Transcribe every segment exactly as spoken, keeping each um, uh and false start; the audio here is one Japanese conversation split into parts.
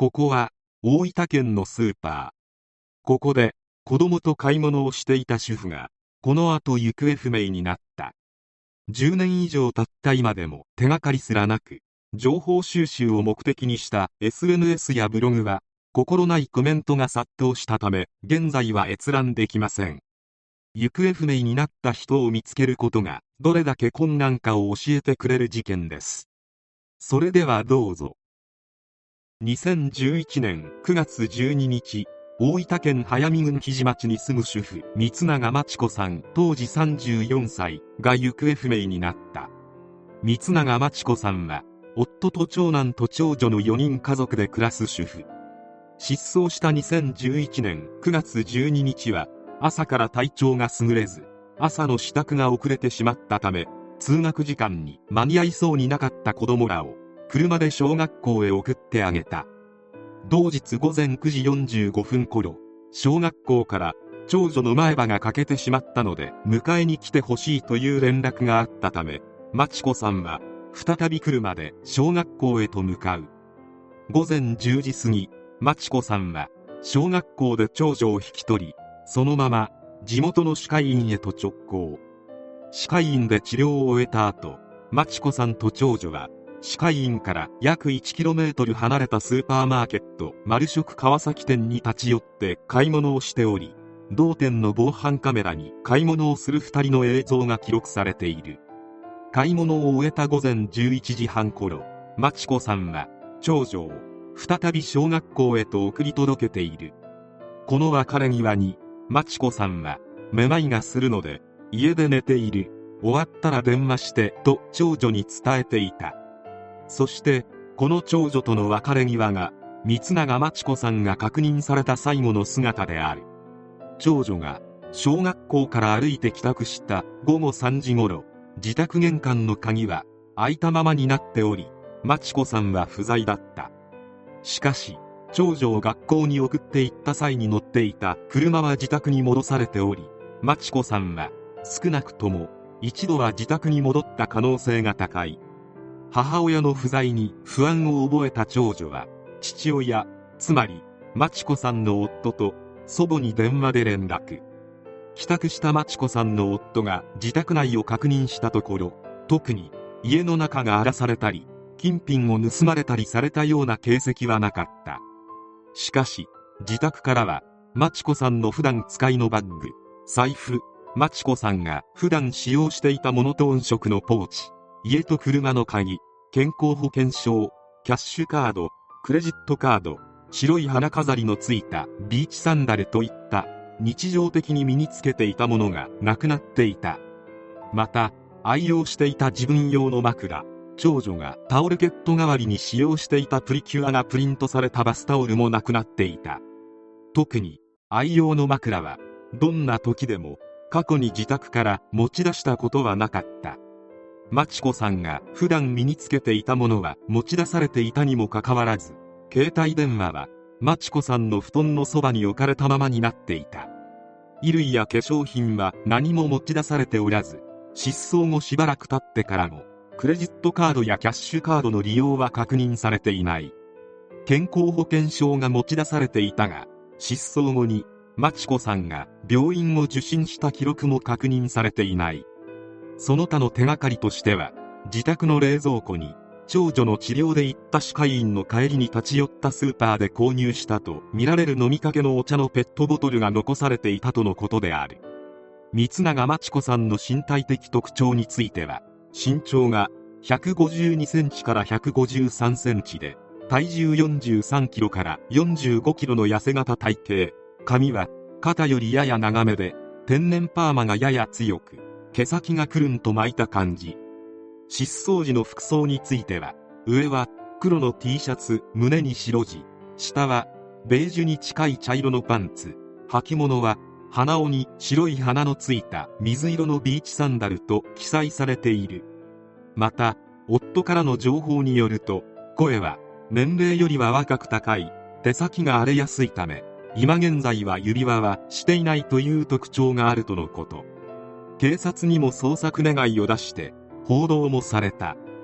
ここは大分県のスーパー。ここで子供と買い物をしていた主婦がこの後行方不明になった。じゅうねん以上経った今でも手がかりすらなく、情報収集を目的にした エスエヌエス やブログは心ないコメントが殺到したため、現在は閲覧できません。行方不明になった人を見つけることがどれだけ困難かを教えてくれる事件です。それではどうぞ。にせんじゅういちねんくがつじゅうににち、大分県速水郡木地町に住む主婦三永真知子さん当時さんじゅうよんさいが行方不明になった。三永真知子さんは夫と長男と長女のよにん家族で暮らす主婦。失踪したにせんじゅういちねんくがつじゅうににちは朝から体調が優れず、朝の支度が遅れてしまったため、通学時間に間に合いそうになかった子供らを車で小学校へ送ってあげた。同日午前くじよんじゅうごふん頃、小学校から長女の前歯が欠けてしまったので迎えに来てほしいという連絡があったため、真知子さんは再び車で小学校へと向かう。午前じゅうじ過ぎ、真知子さんは小学校で長女を引き取り、そのまま地元の歯科医院へと直行。歯科医院で治療を終えた後、真知子さんと長女は歯科医院から約 いちキロメートル 離れたスーパーマーケットマルショク川崎店に立ち寄って買い物をしており、同店の防犯カメラに買い物をするふたりの映像が記録されている。買い物を終えた午前じゅういちじはん頃、真知子さんは長女を再び小学校へと送り届けている。この別れ際に真知子さんは、めまいがするので家で寝ている、終わったら電話してと長女に伝えていた。そしてこの長女との別れ際が三永真知子さんが確認された最後の姿である。長女が小学校から歩いて帰宅したごごさんじ頃、自宅玄関の鍵は開いたままになっており、真知子さんは不在だった。しかし長女を学校に送って行った際に乗っていた車は自宅に戻されており、真知子さんは少なくとも一度は自宅に戻った可能性が高い。母親の不在に不安を覚えた長女は父親、つまり真知子さんの夫と祖母に電話で連絡。帰宅した真知子さんの夫が自宅内を確認したところ、特に家の中が荒らされたり金品を盗まれたりされたような形跡はなかった。しかし自宅からは真知子さんの普段使いのバッグ、財布、真知子さんが普段使用していたモノトーン色のポーチ、家と車の鍵、健康保険証、キャッシュカード、クレジットカード、白い花飾りのついたビーチサンダルといった日常的に身につけていたものがなくなっていた。また愛用していた自分用の枕、長女がタオルケット代わりに使用していたプリキュアがプリントされたバスタオルもなくなっていた。特に愛用の枕はどんな時でも過去に自宅から持ち出したことはなかった。真知子さんが普段身につけていたものは持ち出されていたにもかかわらず、携帯電話は真知子さんの布団のそばに置かれたままになっていた。衣類や化粧品は何も持ち出されておらず、失踪後しばらく経ってからもクレジットカードやキャッシュカードの利用は確認されていない。健康保険証が持ち出されていたが、失踪後に真知子さんが病院を受診した記録も確認されていない。その他の手がかりとしては、自宅の冷蔵庫に長女の治療で行った歯科医院の帰りに立ち寄ったスーパーで購入したとみられる飲みかけのお茶のペットボトルが残されていたとのことである。三永真知子さんの身体的特徴については、身長がひゃくごじゅうにセンチからひゃくごじゅうさんセンチで、体重よんじゅうさんキロからよんじゅうごキロの痩せ型体型、髪は肩よりやや長めで、天然パーマがやや強く、毛先がくるんと巻いた感じ。失踪時の服装については、上は黒の T シャツ、胸に白地、下はベージュに近い茶色のパンツ、履物は鼻緒に白い花のついた水色のビーチサンダルと記載されている。また夫からの情報によると、声は年齢よりは若く高い、手先が荒れやすいため今現在は指輪はしていないという特徴があるとのこと。警察にも捜索願いを出して報道もされた。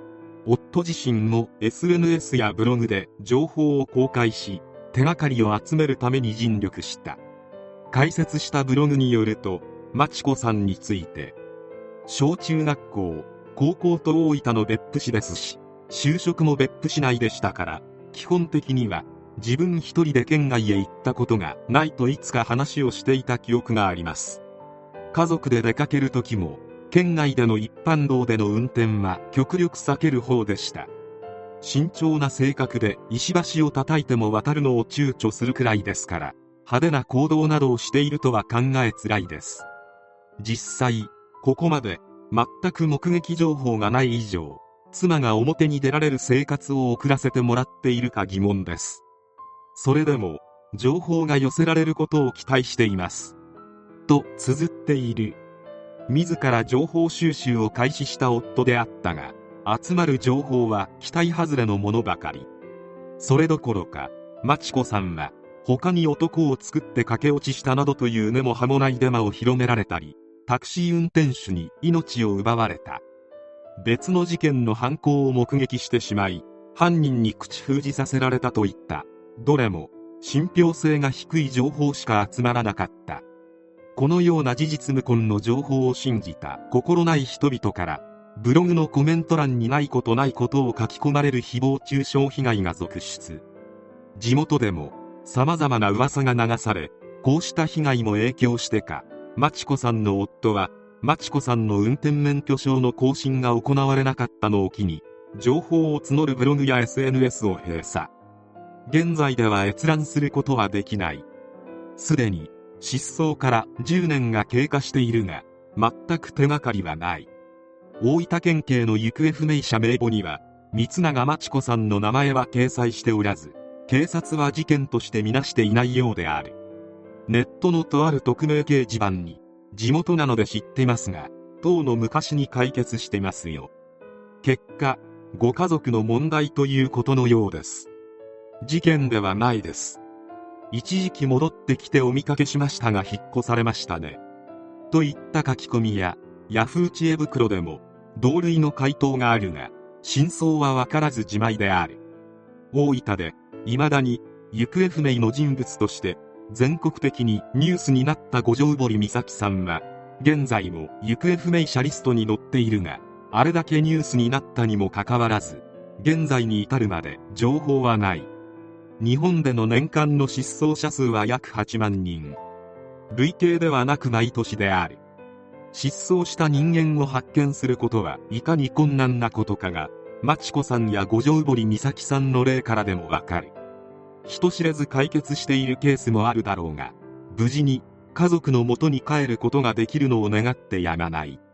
夫自身も エスエヌエス やブログで情報を公開し、手がかりを集めるために尽力した。開設したブログによると、真知子さんについて、小中学校、高校と大分の別府市ですし、就職も別府市内でしたから、基本的には自分一人で県外へ行ったことがないといつか話をしていた記憶があります。家族で出かける時も、県外での一般道での運転は極力避ける方でした。慎重な性格で石橋を叩いても渡るのを躊躇するくらいですから、派手な行動などをしているとは考えづらいです。実際、ここまで全く目撃情報がない以上、妻が表に出られる生活を送らせてもらっているか疑問です。それでも、情報が寄せられることを期待しています。と綴っている。自ら情報収集を開始した夫であったが、集まる情報は期待外れのものばかり。それどころか、真知子さんは他に男を作って駆け落ちしたなどという根も葉もないデマを広められたり、タクシー運転手に命を奪われた。別の事件の犯行を目撃してしまい、犯人に口封じさせられたといった、どれも信憑性が低い情報しか集まらなかった。このような事実無根の情報を信じた心ない人々から、ブログのコメント欄にないことないことを書き込まれる誹謗中傷被害が続出。地元でも様々な噂が流され、こうした被害も影響してか、真知子さんの夫は、真知子さんの運転免許証の更新が行われなかったのを機に、情報を募るブログや エスエヌエス を閉鎖。現在では閲覧することはできない。すでに失踪からじゅうねんが経過しているが、全く手がかりはない。大分県警の行方不明者名簿には、光永真知子さんの名前は掲載しておらず、警察は事件としてみなしていないようである。ネットのとある匿名掲示板に、地元なので知ってますが、当の昔に解決してますよ。結果、ご家族の問題ということのようです。事件ではないです。一時期戻ってきてお見かけしましたが引っ越されましたね。といった書き込みや、ヤフー知恵袋でも、同類の回答があるが、真相はわからずじまいである。大分で、未だに、行方不明の人物として、全国的にニュースになった五条堀美咲さんは、現在も行方不明者リストに載っているが、あれだけニュースになったにもかかわらず、現在に至るまで情報はない。日本での年間の失踪者数は約はちまんにん。累計ではなく毎年である。失踪した人間を発見することはいかに困難なことかが、真知子さんや五条堀美咲さんの例からでもわかる。人知れず解決しているケースもあるだろうが、無事に家族の元に帰ることができるのを願ってやまない。